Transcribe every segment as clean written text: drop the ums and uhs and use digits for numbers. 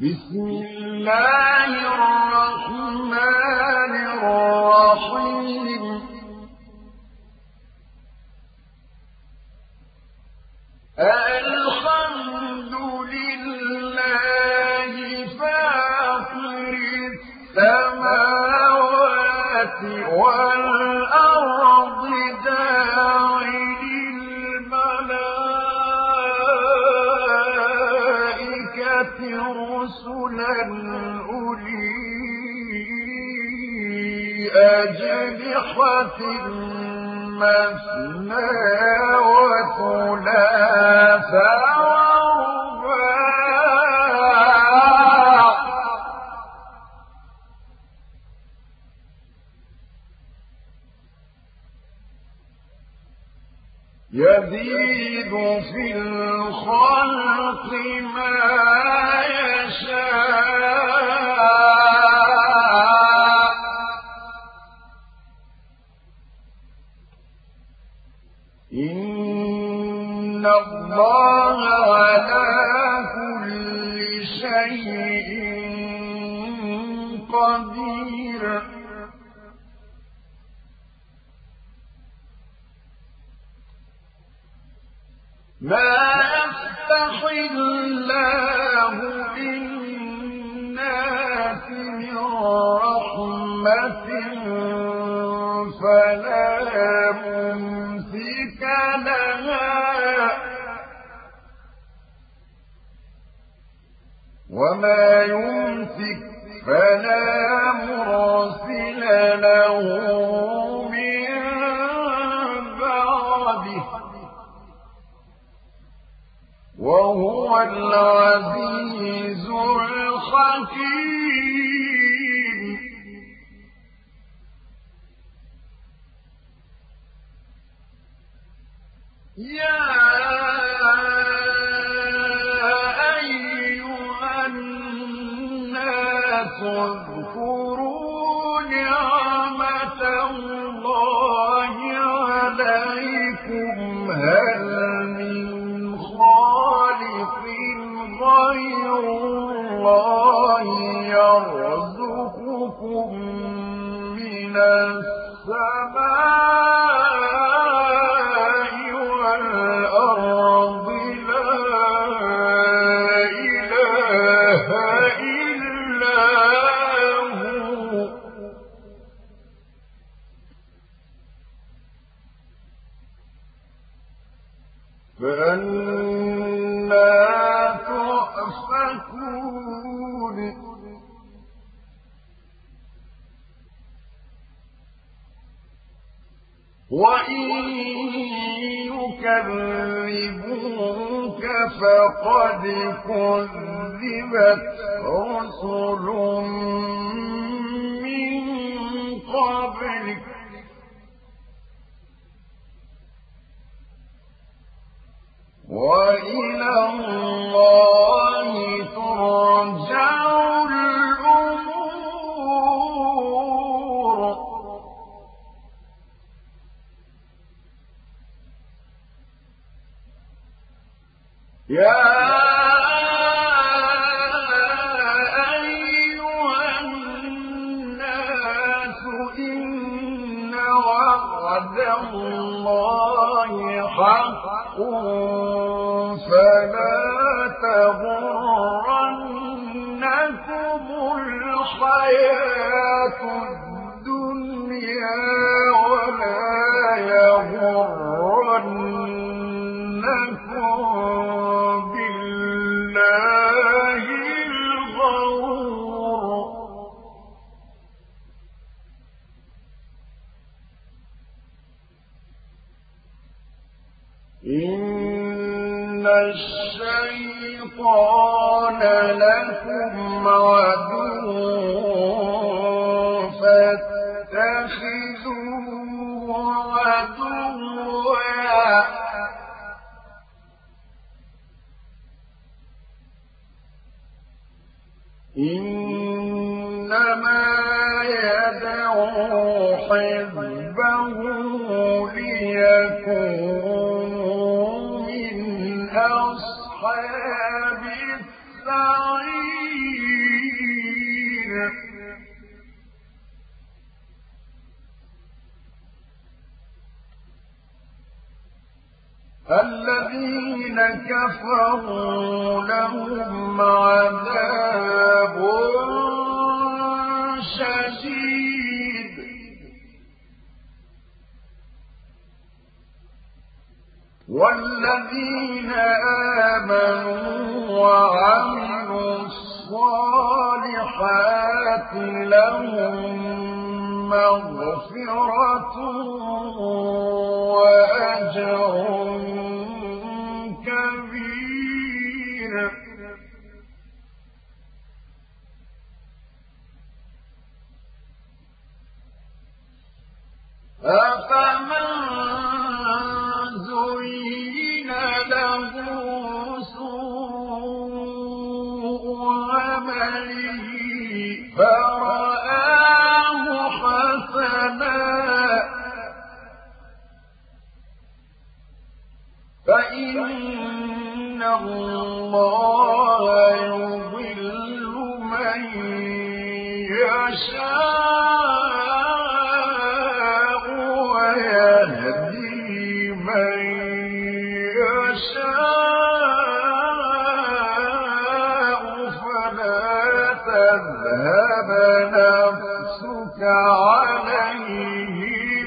بسم الله الرحمن الرحيم الحمد لله فاطر السماوات والأرض جاعل الملائكة رسلا أولي أجنحة مثنى وثلاث ورباع يزيد في الخلق ما يشاء إن الله على كل شيء قدير ما يفتح الله للناس من رحمة فلا ممسك لها وما يمسك فلا مرسل له من بعده وهو العزيز الحكيم يا أيها الناس اذكروا نعمة الله عليكم هل من خالق غير الله يرزقكم من السماء والأرض لا إله إلا هو فأنى تؤفكون وإن يكذبوك فقد كذبت رسل من قبلك وإلى الله ترجع الأمور يا أيها الناس إن وعد الله حق فلا تغرنكم الحياة الدنيا ولا يغرنكم بالله الغرور إن الشيطان لكم عدو فاتخذوه عدوا إنما يدعو حزبه ليكونوا من أصحاب السعير الذين كفروا لهم عذاب شديد والذين آمنوا وعملوا الصالحات لهم مغفرة وأجر كبير أفمن زين له سوء عمله فرآه حسنا فإن الله يضل من يشاء ويهدي من يشاء فلا تذهب نفسك عليهم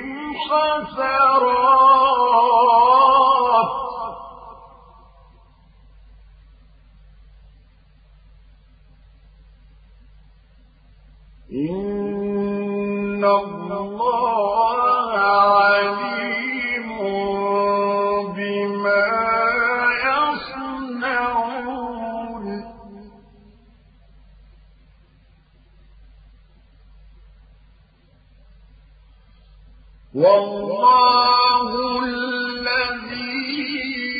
حسرات إن الله عليم بما يصنعون والله الذي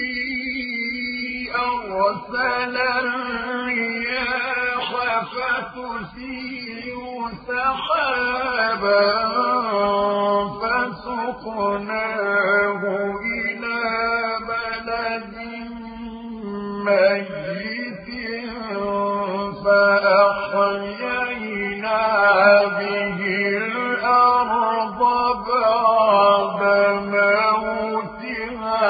أرسل الرياح فتثير سحابا فسقناه إلى بلد ميت فأحيينا به الأرض بعد موتها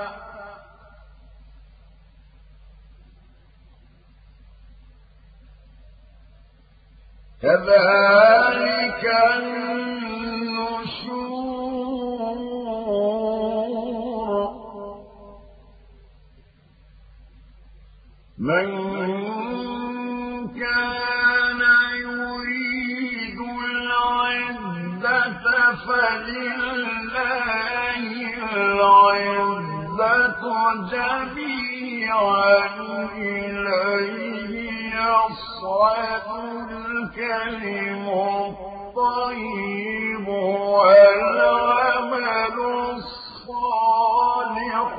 كذلك النشور من كان يريد العزة فلله العزة جميعا إليه يصعد الكلم الطيب والعمل الصالح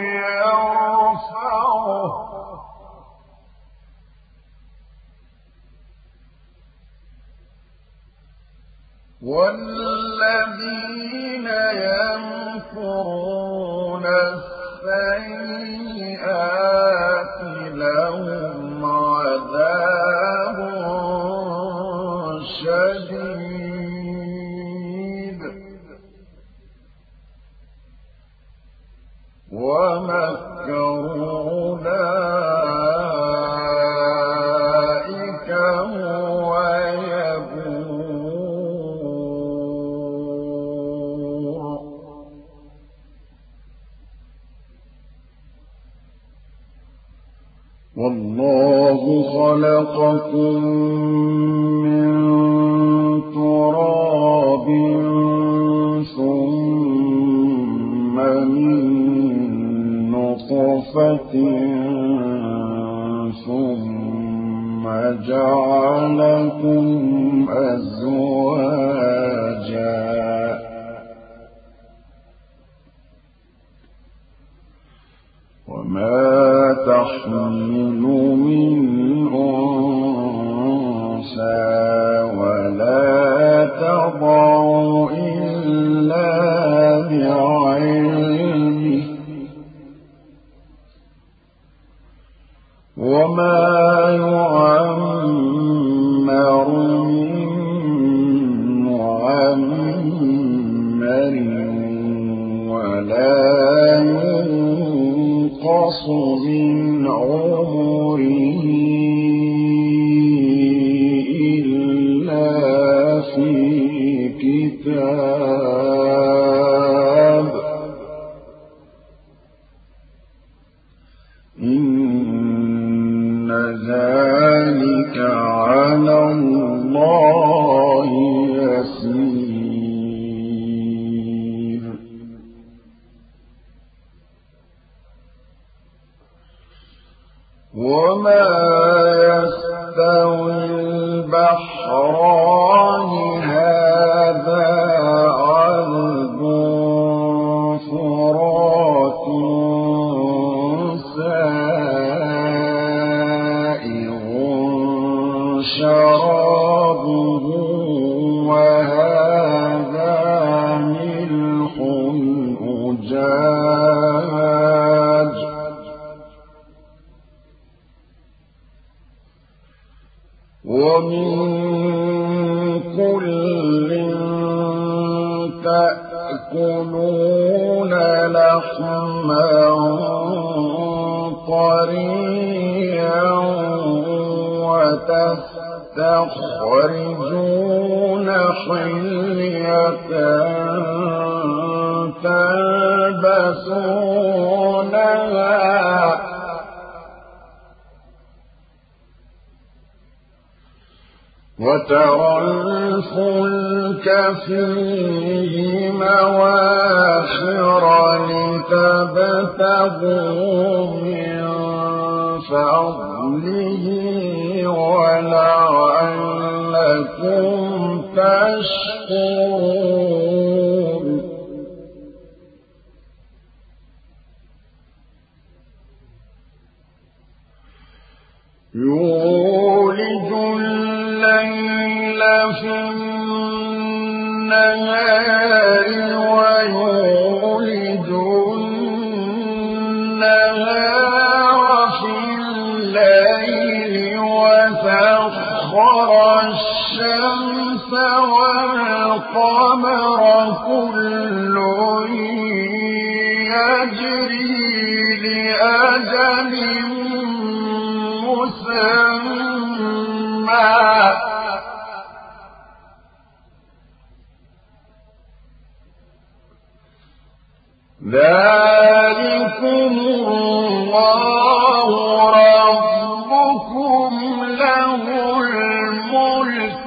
يرفعه والذين يمكرون السيئات لهم عذاب شديد ومكروا أولئك هو يبور والله خلقكم من تراب ثم من نطفة ثم جعلكم أزواجا وما تحمل من أنثى ولا تضع إلا بعلمه وما يعمر من معمر ولا ينقص ذلك على الله يسير. وما يستوي البحران هذا عذب فرات سائغ شرابه وهذا ملح أجاج ومن كل تأكلون لحما طريا وتستخرجون حلية تلبسونها وترى الفلك فيه مواخر لتبتغوا من فضله ولعلكم تشكرون. يولج الليل في النهار ويولج النهار في الليل وسخر الشمس والقمر كل يجري لأجل مسمى ذلكم الله ربكم له الملك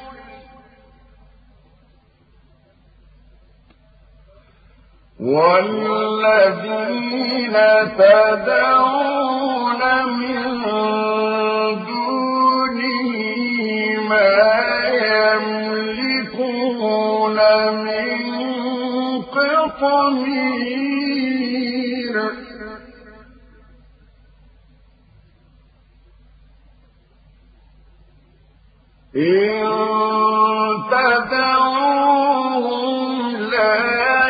والذين تدعون من دونه ما يملكون من قطمير إن تدعوهم لا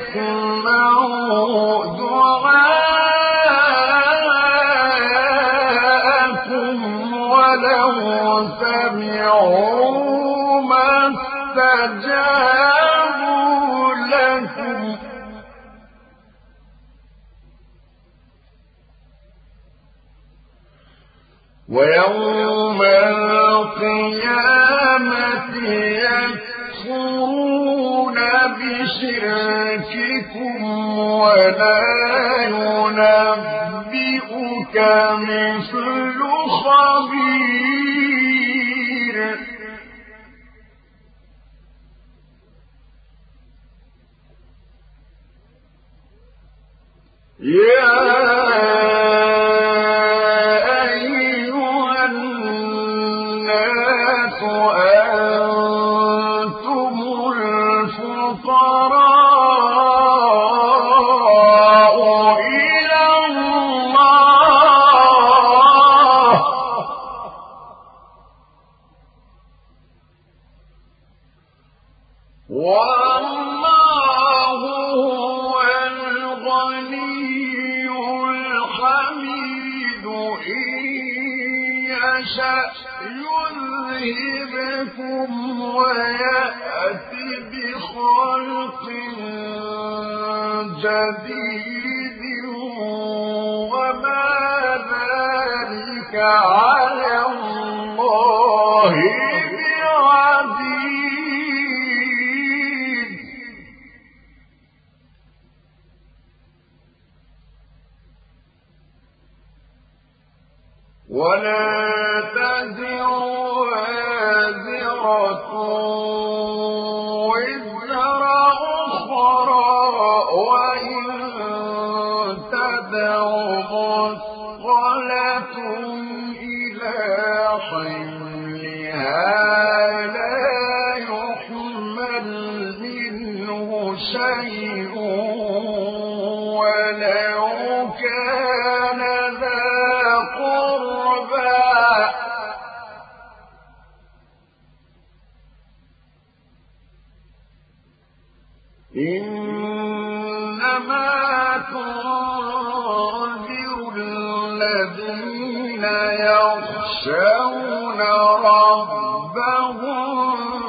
يسمعوا دعاءكم ولو سمعوا ما استجابوا لكم ويوم القيامة يكفرون بشرككم ولا ينبئك مثل خبير. يا أيها الناس أنتم الفقراء إلى الله والله هو الغني الحميد. إن يشأ يذهبكم ويأتي بخلق جديد وما ذلك على الله بعزيز. ولا تزر وغيرها لا يحمل منه شيء ولو كان ذا قربى إنما تنذر الذين يخشون ربهم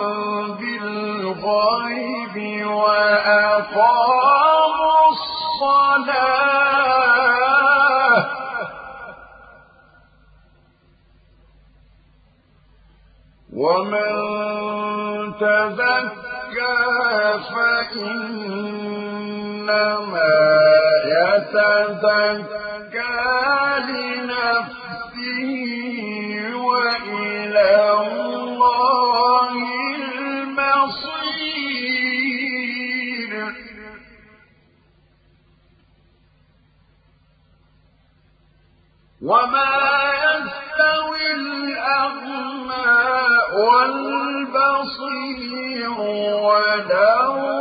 بالغيب وأقاموا الصلاة ومن تزكى فإنما يتزكى لنفسه وإلى الله المصير وما يستوي الأعمى والبصير ولا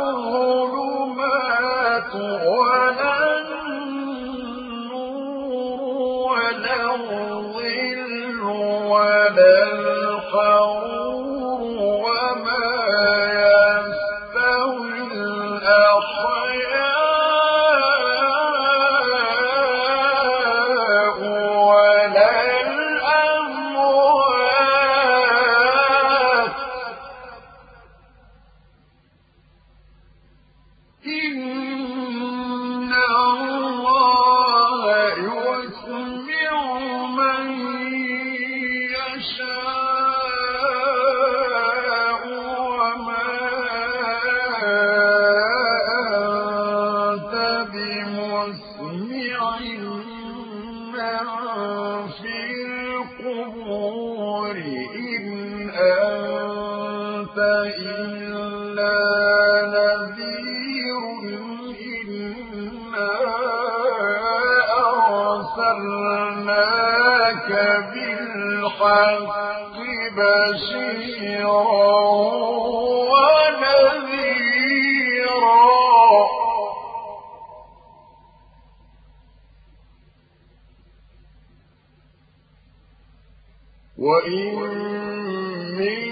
الظلمات ولا النور ولا الظل ولا الحرور وما يستوي الأحياء ولا الأموات إن الله يسمع من يشاء وما أنت بمسمع من في القبور إن أنت إلا نذير إنا أرسلناك بالحق بشيرا ونذيرا وإن من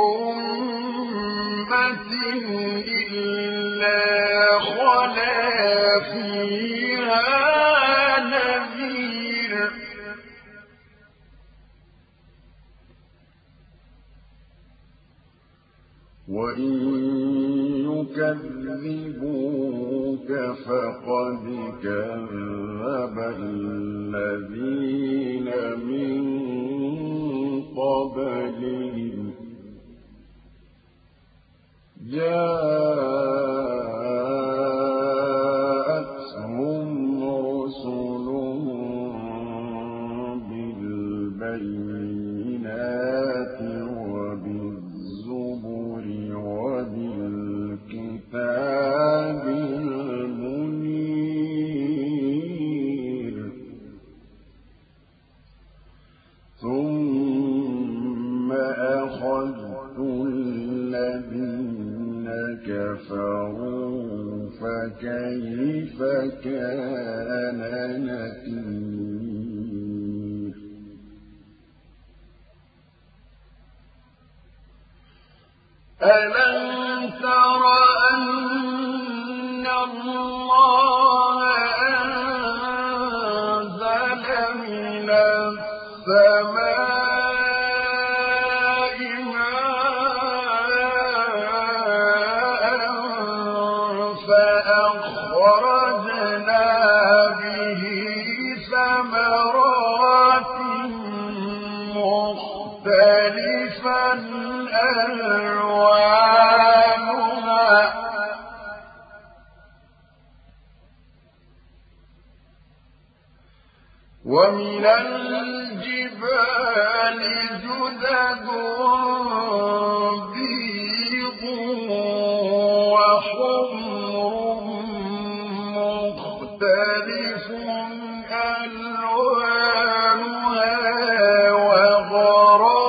أمة إلا خلا فيها نذير وإن يكذبوك فقد كذب الذين من قبلهم جاءتهم رسلهم بالبينات وبالزبر وبالكتاب المنير ثم أخذت الذين كفروا فكيف كان نكير ألم تر أن الله أنزل من السماء ماء فأخرجنا به ثمرات مختلفا ألوانها ومن الجبال جدد بيض وحمر مختلف ألوانها وغراب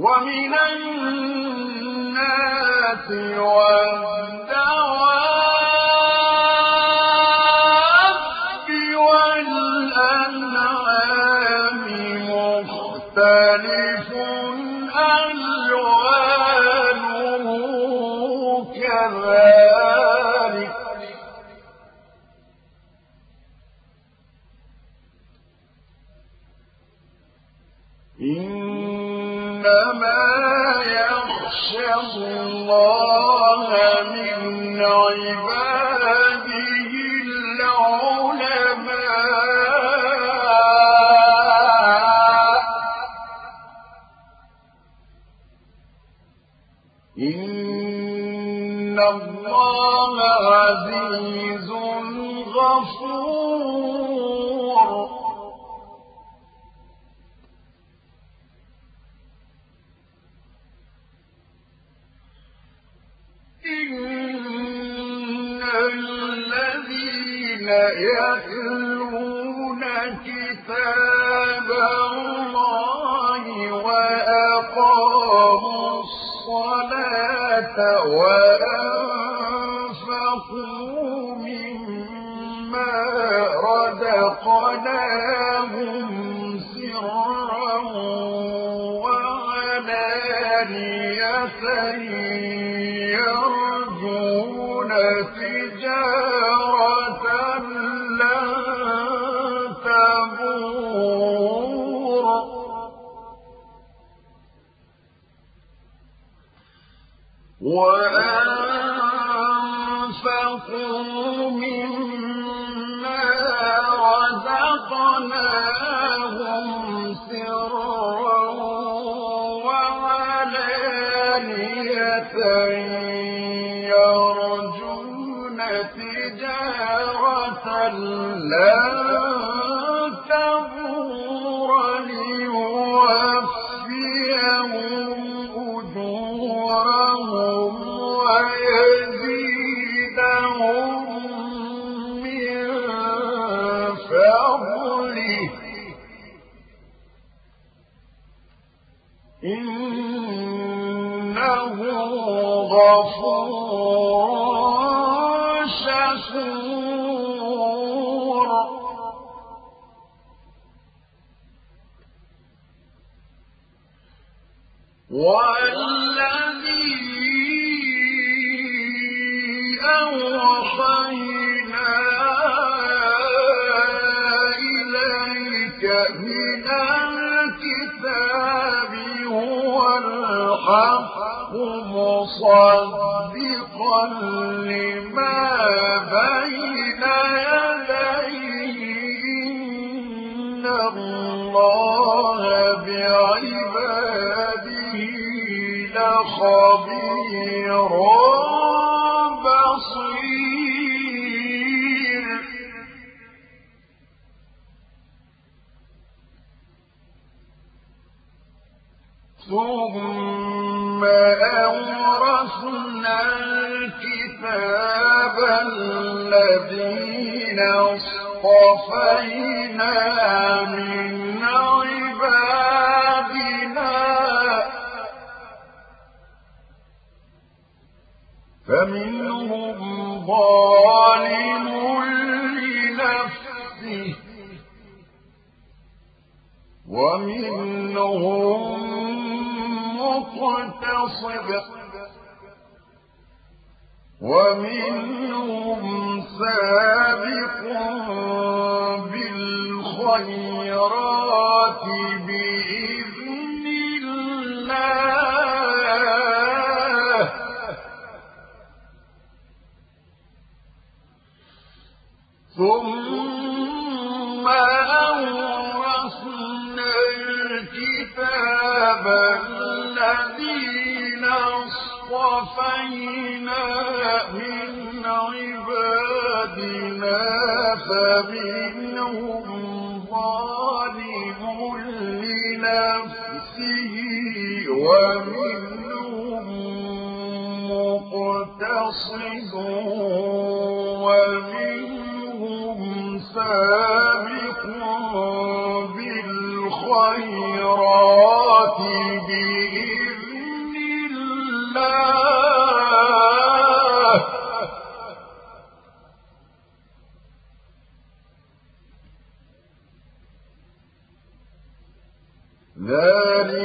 ومن الناس والدواب والأنعام مختلف ألوانه كذلك إنما يخشى الله من عباده العلماء إن الله عزيز غفور إن الذين يتلون كتاب الله وأقاموا الصلاة وأنفقوا مما رزقناهم سرا وعلانية يرجون تجارة لن تبور وأنفقوا مما رزقناهم سرا وعلانية يرجون تجارة لن تبور ليوفيهم أجورهم ويزيدهم من فضله إنه غفور شكور والذي أوحينا إليك من الكتاب هو الحق مصدقا لما بين يديه إن الله بعباده لخبير بصير ثم أورثنا الكتاب الذين اصطفينا من عبادنا فمنهم ظالم لنفسه ومنهم مقتصد ومنهم سابق بالخيرات بإذن الله ثم أورثنا الكتاب الذين اصطفينا من عبادنا فمنهم ظالم لنفسه ومنهم مقتصد ومنهم سابق بالخيرات بإذن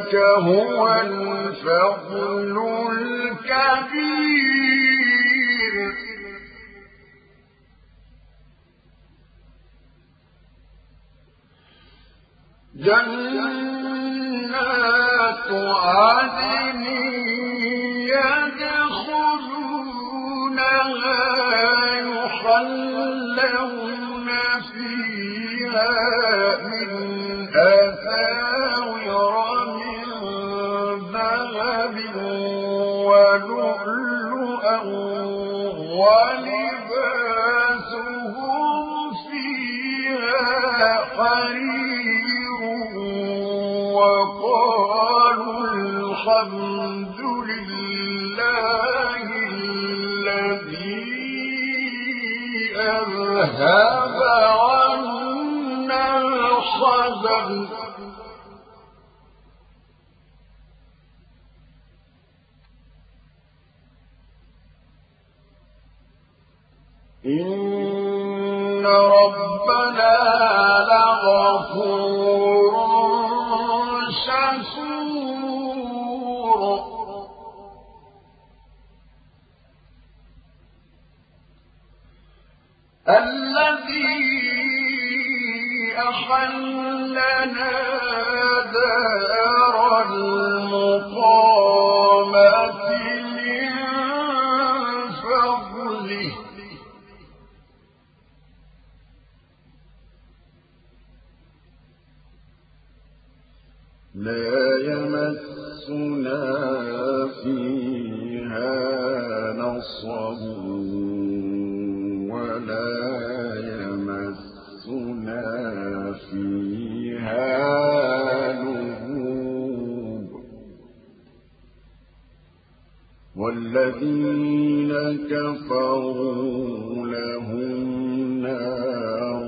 ذلك هو الفضل الكبير. جنات عدن يدخلونها يحلون فيها من أساور من ذهب ولؤلؤا ولباسهم فيها حرير وقالوا الحمد لله الذي أذهب عنا الحزن إن ربنا لغفور شكور. الذي أحلنا دار المقامة من فضله لا يمسنا فيها نصب ولا يمسنا فيها لغوب. والذين كفروا لهم نار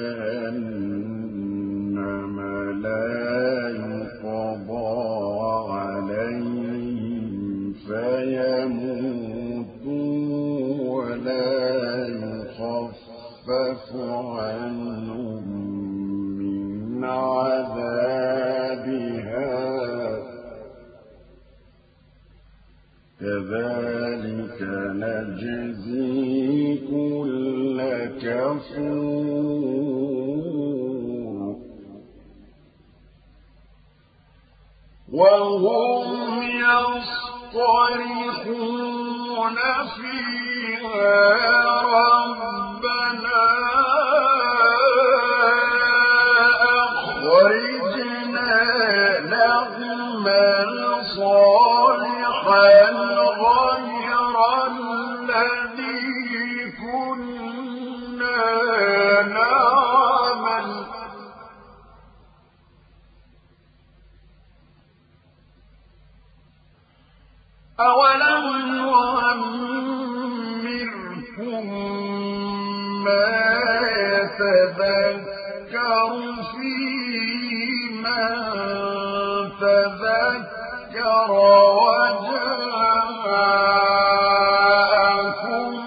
جهنم لا يقضى عليهم فيموتوا ولا يخفف عنهم من عذابها كذلك نجزي كل كفور. وهم يصطرخون فيها ربنا أخرجنا نعمل صالحا غير الذي كنا نعمل أولم نعمركم ما يتذكر فيه من تذكر وجاءكم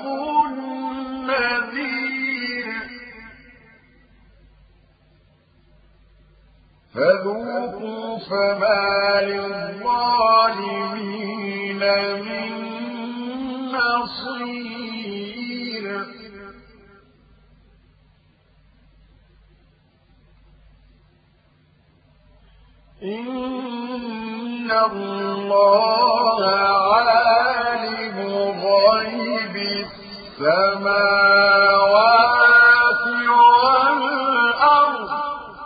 النذير فذوقوا فما للظالمين من نصير. إن الله عالم غيب السماوات والأرض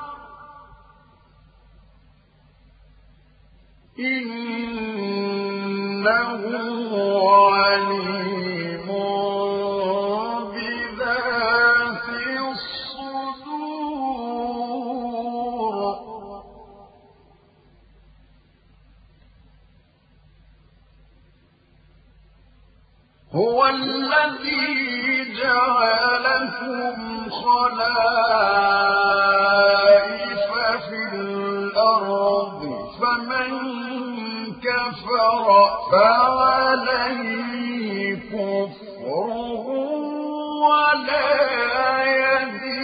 إنه عليم بذات الصدور. هو الذي جعلكم خلائف في الأرض فمن كفر فعليه كفره ولا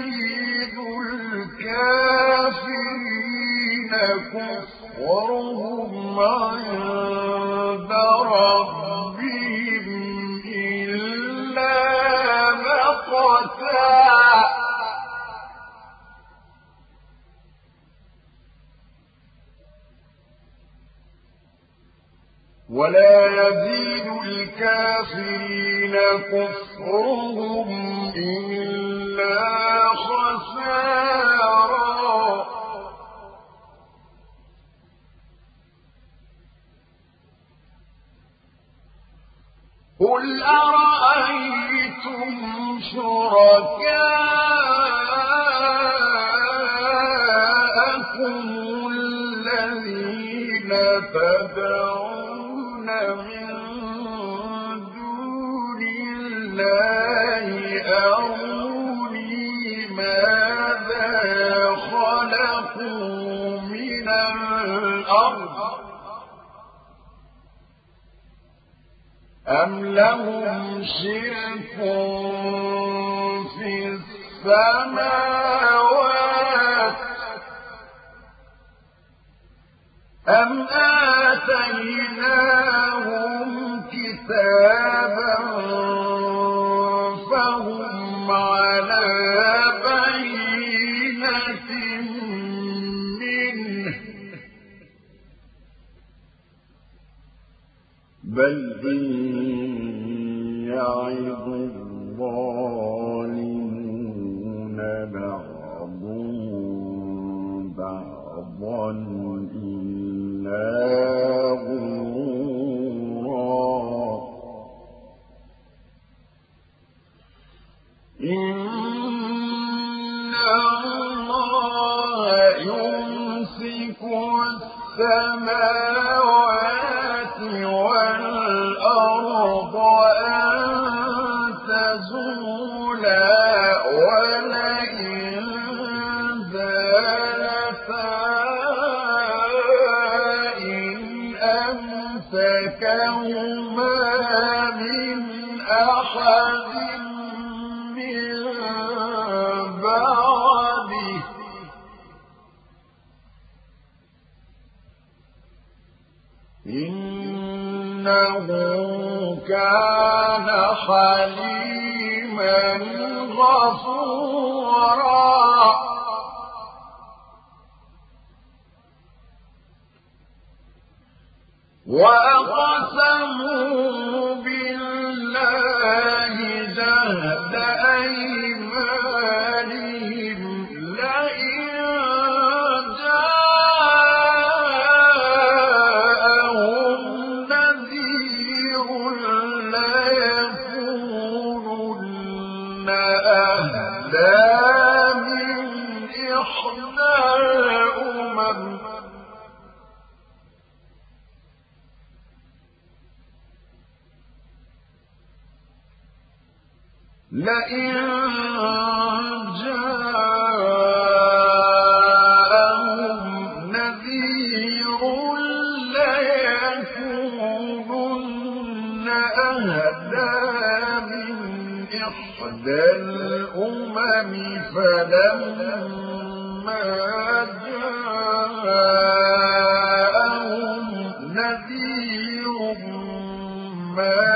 يزيد الكافرين كفرهم عند ربهم إلا مقتا ولا يزيد الكافرين كفرهم إلا خسارا قل أرأيتم شركاءكم الذين تدعون من دون الله أروني ماذا خلقوا من الأرض أم لهم شرك في السماوات أم آتيناهم كتابا فهم على بينة منه بل إن يعظ الظالمون بعضهم بعضا إلا غرورا إن الله يمسك السماوات والأرض أن تزولا ولئن زالتا إن أمسكهما من أحد من بعده إنه كان حليما غفورا وأقسموا بالله جهد أيمانهم لئن جاءهم نذير ليكونن أهدى من إحدى الأمم لئن جاءهم نذير ليكونن أهدى من إحدى الأمم فلما جاءهم نذير ما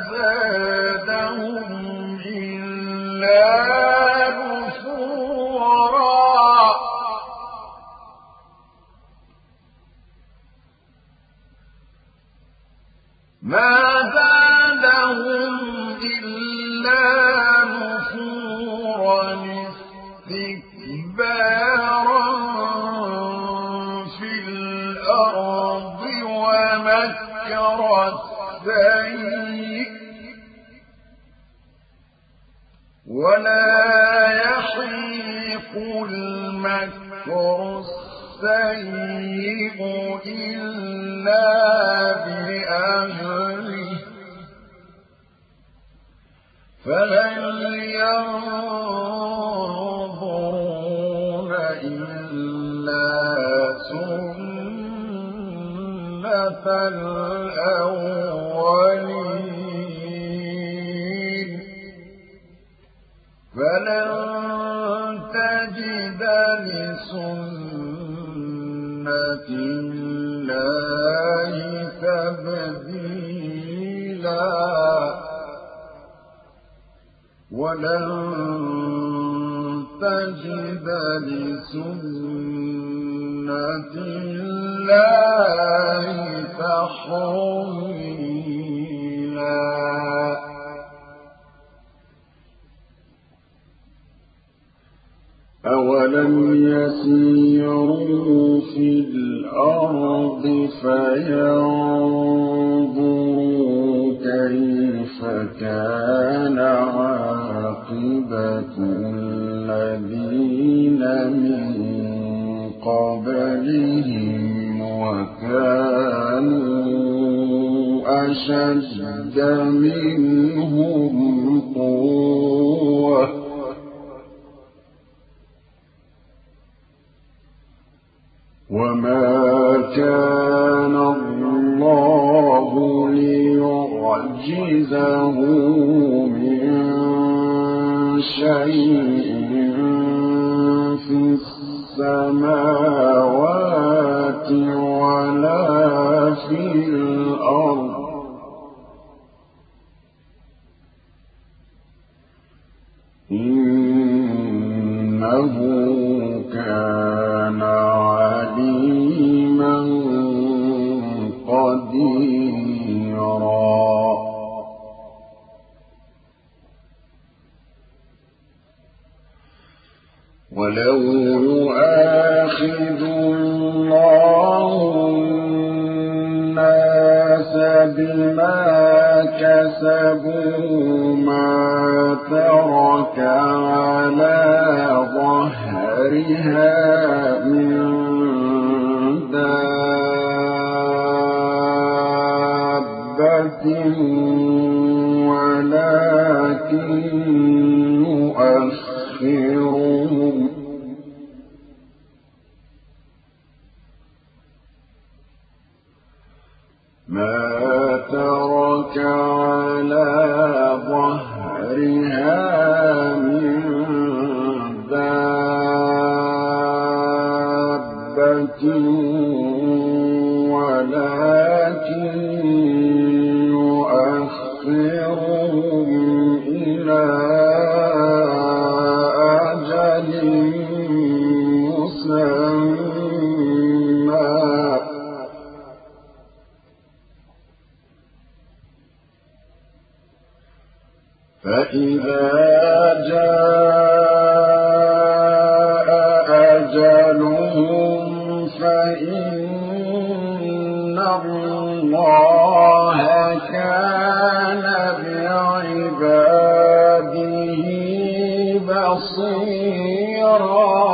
زادهم إلا نفورا ما زادهم إلا نفورا استكبارا في الأرض ومكر السيء ولا يحيق المكر السيء إلا بأهله فهل ينظرون إلا سنة الأولين فلن تجد لسنة الله تبديلا ولن تجد لسنة الله تحويلا أولم يسيروا في الأرض فينظروا كيف كان عاقبة الذين من قبلهم وكانوا أشد منهم قوة وما كان الله ليعجزه من شيء في السماوات ولا في الأرض إنه كان عليما قديرا ولو يؤاخذ الله الناس بما كسبوا ما ترك على ظهرها من دابة ولكن يؤخرهم ما ترك على ظهرها من دابة ولكن يؤخرهم إلى أجل مسمى فإذا جاء أجلهم فإن الله كان بعباده بصيرا